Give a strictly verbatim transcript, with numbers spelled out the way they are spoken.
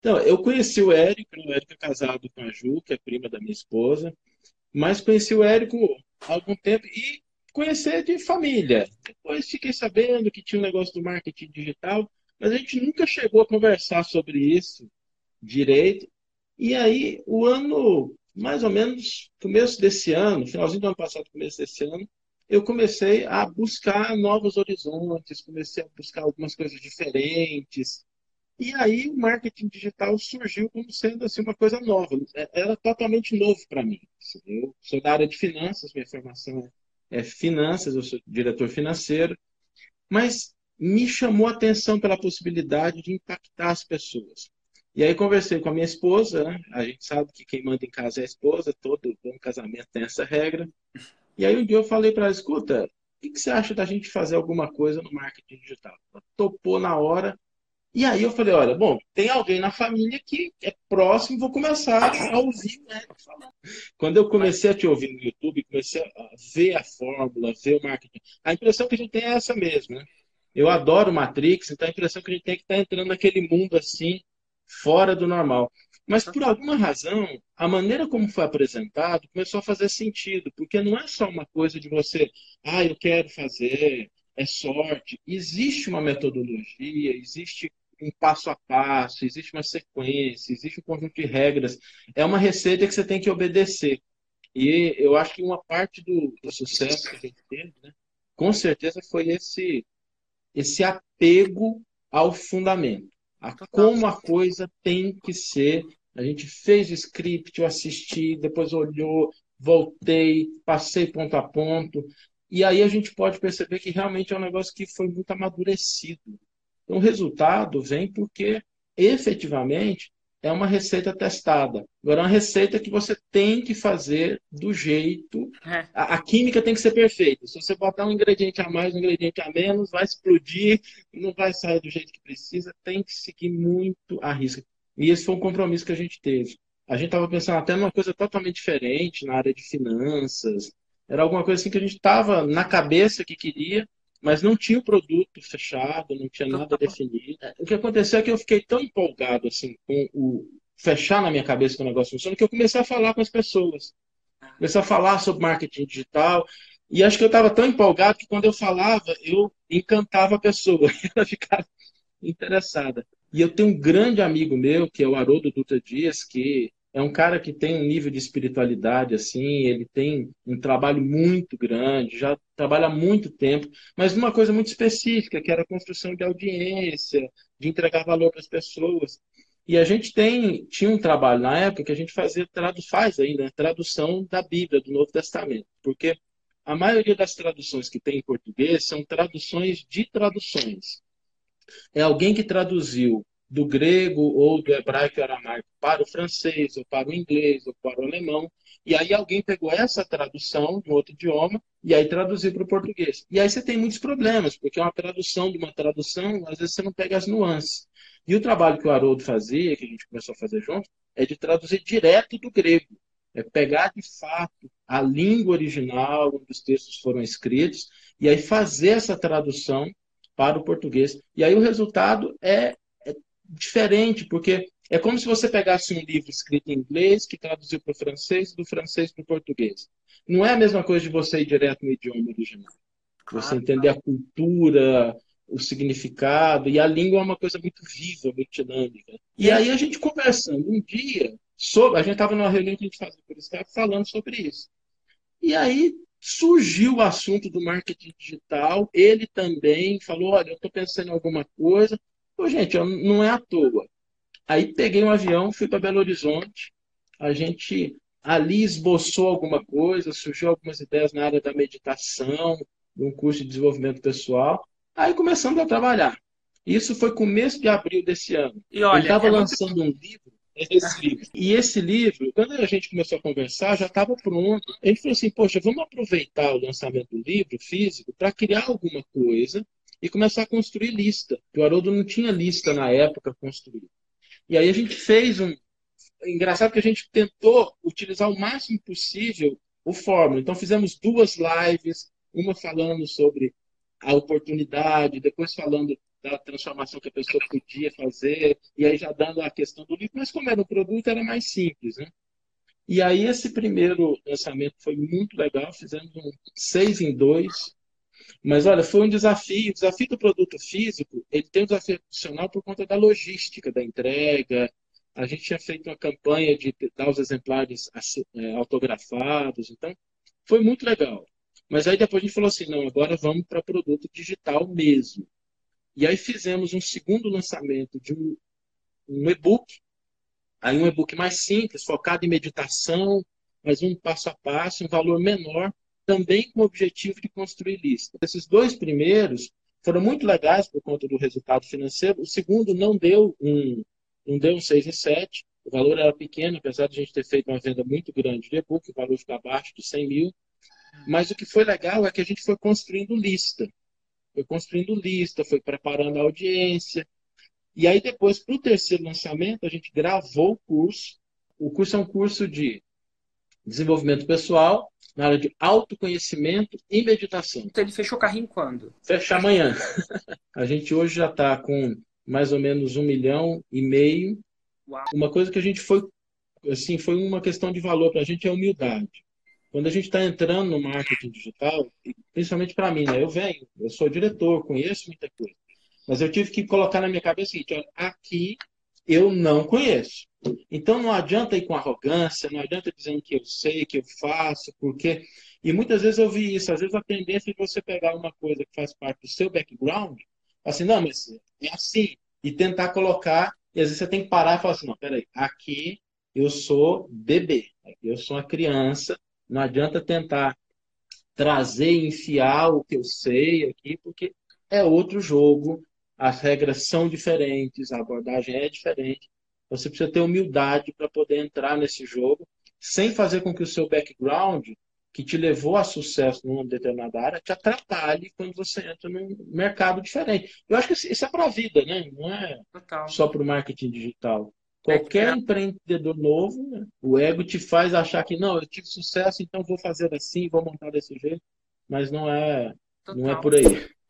Então, eu conheci o Érico, o Érico é casado com a Ju, que é prima da minha esposa, mas conheci o Érico há algum tempo e conhecer de família. Depois fiquei sabendo que tinha um negócio do marketing digital, mas a gente nunca chegou a conversar sobre isso direito. E aí, o ano, mais ou menos, começo desse ano, finalzinho do ano passado, começo desse ano, eu comecei a buscar novos horizontes, comecei a buscar algumas coisas diferentes. E aí o marketing digital surgiu como sendo assim, uma coisa nova. É- Era totalmente novo para mim. Assim. Eu sou da área de finanças, minha formação é é finanças, eu sou diretor financeiro, mas me chamou a atenção pela possibilidade de impactar as pessoas. E aí conversei com a minha esposa, né? A gente sabe que quem manda em casa é a esposa, todo bom casamento tem essa regra. E aí um dia eu falei para ela, escuta, o que que você acha da gente fazer alguma coisa no marketing digital? Ela topou na hora. E aí eu falei, olha, bom, tem alguém na família que é próximo, vou começar a ouvir o Érico falando. Quando eu Mas, comecei a te ouvir no YouTube, comecei a ver a fórmula, ver o marketing, a impressão que a gente tem é essa mesmo, né? Eu adoro Matrix, então a impressão que a gente tem é que está entrando naquele mundo assim, fora do normal. Mas por alguma razão, a maneira como foi apresentado começou a fazer sentido, porque não é só uma coisa de você, ah, eu quero fazer, é sorte. Existe uma metodologia, existe um passo a passo, existe uma sequência, existe um conjunto de regras. É uma receita que você tem que obedecer. E eu acho que uma parte do, do sucesso que a gente teve, né, com certeza foi esse, esse apego ao fundamento, a total. como a coisa tem que ser. A gente fez o script, eu assisti, depois olhou, voltei, passei ponto a ponto. E aí a gente pode perceber que realmente é um negócio que foi muito amadurecido. Então, o resultado vem porque, efetivamente, é uma receita testada. Agora, é uma receita que você tem que fazer do jeito. É, A, a química tem que ser perfeita. Se você botar um ingrediente a mais, um ingrediente a menos, vai explodir, não vai sair do jeito que precisa. Tem que seguir muito a risca. E esse foi um compromisso que a gente teve. A gente estava pensando até numa coisa totalmente diferente na área de finanças. Era alguma coisa assim que a gente estava na cabeça que queria, mas não tinha o produto fechado, não tinha nada total. definido. O que aconteceu é que eu fiquei tão empolgado assim com o fechar na minha cabeça que o negócio funciona que eu comecei a falar com as pessoas. Comecei a falar sobre marketing digital e acho que eu estava tão empolgado que quando eu falava, eu encantava a pessoa, ela ficava interessada. E eu tenho um grande amigo meu, que é o Haroldo Dutra Dias, que é um cara que tem um nível de espiritualidade assim, ele tem um trabalho muito grande, já trabalha há muito tempo, mas numa coisa muito específica, que era a construção de audiência, de entregar valor para as pessoas. E a gente tem, tinha um trabalho na época que a gente fazia, tradu, faz ainda, né, tradução da Bíblia, do Novo Testamento, porque a maioria das traduções que tem em português são traduções de traduções. É alguém que traduziu do grego ou do hebraico e aramaico para o francês, ou para o inglês, ou para o alemão, e aí alguém pegou essa tradução de outro idioma e aí traduziu para o português. E aí você tem muitos problemas, porque é uma tradução de uma tradução, às vezes você não pega as nuances. E o trabalho que o Haroldo fazia, que a gente começou a fazer junto, é de traduzir direto do grego. É pegar de fato a língua original onde os textos foram escritos e aí fazer essa tradução para o português. E aí o resultado é, é diferente, porque é como se você pegasse um livro escrito em inglês que traduziu para o francês e do francês para o português. Não é a mesma coisa de você ir direto no idioma original. Você Claro. entender a cultura, o significado, e a língua é uma coisa muito viva, muito dinâmica. E E aí, aí a gente conversando um dia, sobre, a gente estava numa reunião que a gente fazia por Skype falando sobre isso. E aí surgiu o assunto do marketing digital. Ele também falou: olha, eu estou pensando em alguma coisa. Pô, gente, eu- não é à toa. Aí peguei um avião, fui para Belo Horizonte. A gente ali esboçou alguma coisa, surgiu algumas ideias na área da meditação, de um curso de desenvolvimento pessoal. Aí começamos a trabalhar. Isso foi começo de abril desse ano. e Ele olha, estava é muito. lançando um livro, esse livro. E esse livro, quando a gente começou a conversar, já estava pronto. A gente falou assim, poxa, vamos aproveitar o lançamento do livro físico para criar alguma coisa e começar a construir lista. Porque o Haroldo não tinha lista na época construída. E aí a gente fez um. Engraçado que a gente tentou utilizar o máximo possível o fórmula. Então fizemos duas lives, uma falando sobre a oportunidade, depois falando da transformação que a pessoa podia fazer, e aí já dando a questão do livro, mas como era um produto, era mais simples, né? E aí esse primeiro lançamento foi muito legal, fizemos um seis em dois, mas olha, foi um desafio. O desafio do produto físico, ele tem um desafio adicional por conta da logística, da entrega. A gente tinha feito uma campanha de dar os exemplares assi- eh, autografados, então foi muito legal. Mas aí depois a gente falou assim, não, agora vamos para produto digital mesmo. E aí fizemos um segundo lançamento de um, um e-book, aí um e-book mais simples, focado em meditação, mas um passo a passo, um valor menor, também com o objetivo de construir lista. Esses dois primeiros foram muito legais por conta do resultado financeiro. O segundo não deu um, não deu um seis e sete, o valor era pequeno, apesar de a gente ter feito uma venda muito grande de e-book, o valor ficou abaixo de cem mil. Mas o que foi legal é que a gente foi construindo lista. Foi construindo lista, foi preparando a audiência. E aí depois, para o terceiro lançamento, a gente gravou o curso. O curso é um curso de desenvolvimento pessoal na área de autoconhecimento e meditação. Então ele fechou o carrinho quando? Fecha amanhã. A gente hoje já está com mais ou menos um milhão e meio. Uau. Uma coisa que a gente foi, assim, foi uma questão de valor para a gente é humildade. Quando a gente está entrando no marketing digital, e principalmente para mim, né? Eu venho, eu sou diretor, conheço muita coisa. Mas eu tive que colocar na minha cabeça o seguinte, olha, aqui eu não conheço. Então não adianta ir com arrogância, não adianta dizendo que eu sei, que eu faço, porque... E muitas vezes eu vi isso, às vezes a tendência de você pegar uma coisa que faz parte do seu background, assim, não, mas é assim, e tentar colocar, e às vezes você tem que parar e falar assim, não, peraí, aqui eu sou bebê, aqui eu sou uma criança, não adianta tentar trazer e enfiar o que eu sei aqui, porque é outro jogo, as regras são diferentes, a abordagem é diferente. Você precisa ter humildade para poder entrar nesse jogo, sem fazer com que o seu background, que te levou a sucesso numa determinada área, te atrapalhe quando você entra num mercado diferente. Eu acho que isso é para a vida, né? Não é Total. só para o marketing digital. É que Qualquer é, empreendedor novo, né, o ego te faz achar que não, eu tive sucesso, então vou fazer assim, vou montar desse jeito, mas não é, não é total. por aí.